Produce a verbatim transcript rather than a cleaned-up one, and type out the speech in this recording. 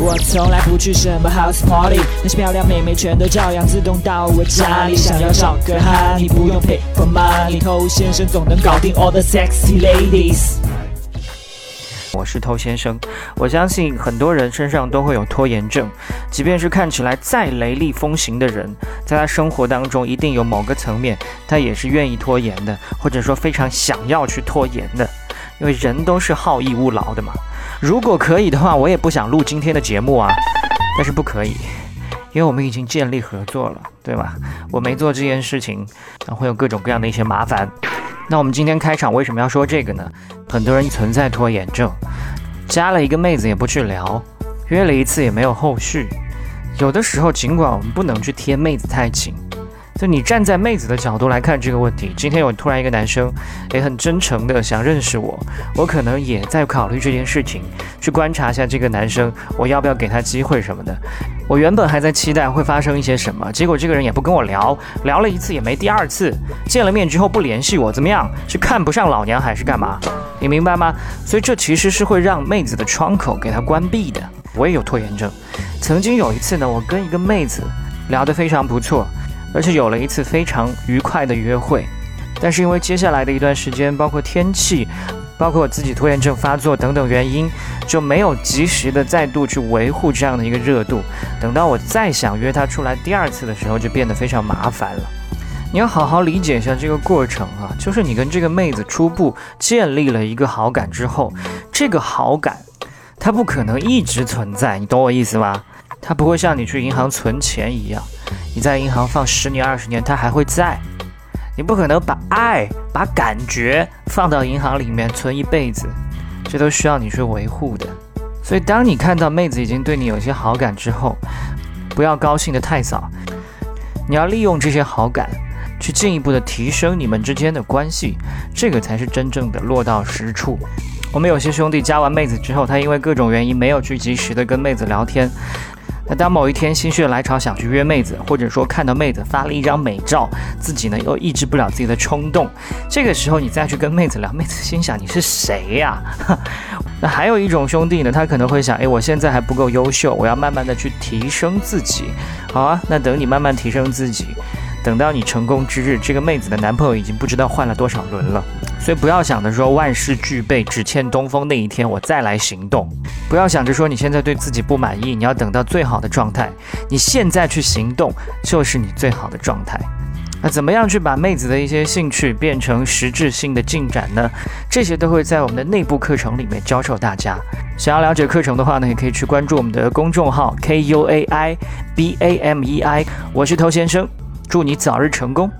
我从来不去什么 house party， 那些漂亮妹妹全都照样自动到我家里。想要找个哈，你不用 pay for money， 偷先生总能搞定 all the sexy ladies。 我是偷先生，我相信很多人身上都会有拖延症，即便是看起来再雷厉风行的人，在他生活当中一定有某个层面，他也是愿意拖延的，或者说非常想要去拖延的，因为人都是好逸恶劳的嘛。如果可以的话，我也不想录今天的节目啊，但是不可以，因为我们已经建立合作了，对吧？我没做这件事情，会有各种各样的一些麻烦。那我们今天开场为什么要说这个呢？很多人存在拖延症，加了一个妹子也不去聊，约了一次也没有后续。有的时候尽管我们不能去贴妹子太紧，就你站在妹子的角度来看这个问题，今天有突然一个男生也很真诚的想认识我，我可能也在考虑这件事情，去观察一下这个男生，我要不要给他机会什么的。我原本还在期待会发生一些什么，结果这个人也不跟我聊，聊了一次也没第二次，见了面之后不联系我，怎么样？是看不上老娘还是干嘛？你明白吗？所以这其实是会让妹子的窗口给她关闭的。我也有拖延症，曾经有一次呢，我跟一个妹子聊得非常不错，而且有了一次非常愉快的约会，但是因为接下来的一段时间，包括天气，包括我自己拖延症发作等等原因，就没有及时的再度去维护这样的一个热度。等到我再想约她出来第二次的时候，就变得非常麻烦了。你要好好理解一下这个过程啊，就是你跟这个妹子初步建立了一个好感之后，这个好感它不可能一直存在，你懂我意思吗？它不会像你去银行存钱一样，你在银行放十年二十年它还会在，你不可能把爱把感觉放到银行里面存一辈子，这都需要你去维护的。所以当你看到妹子已经对你有些好感之后，不要高兴得太早，你要利用这些好感去进一步的提升你们之间的关系，这个才是真正的落到实处。我们有些兄弟加完妹子之后，他因为各种原因没有去及时的跟妹子聊天，那当某一天心血来潮想去约妹子，或者说看到妹子发了一张美照，自己呢又抑制不了自己的冲动，这个时候你再去跟妹子聊，妹子心想你是谁呀、啊？那还有一种兄弟呢，他可能会想，诶，我现在还不够优秀，我要慢慢的去提升自己。好啊，那等你慢慢提升自己，等到你成功之日，这个妹子的男朋友已经不知道换了多少轮了。所以不要想着说万事俱备，只欠东风那一天我再来行动。不要想着说你现在对自己不满意，你要等到最好的状态，你现在去行动就是你最好的状态。那怎么样去把妹子的一些兴趣变成实质性的进展呢？这些都会在我们的内部课程里面教授大家。想要了解课程的话呢，也可以去关注我们的公众号 K U A I B A M E I， 我是头先生，祝你早日成功。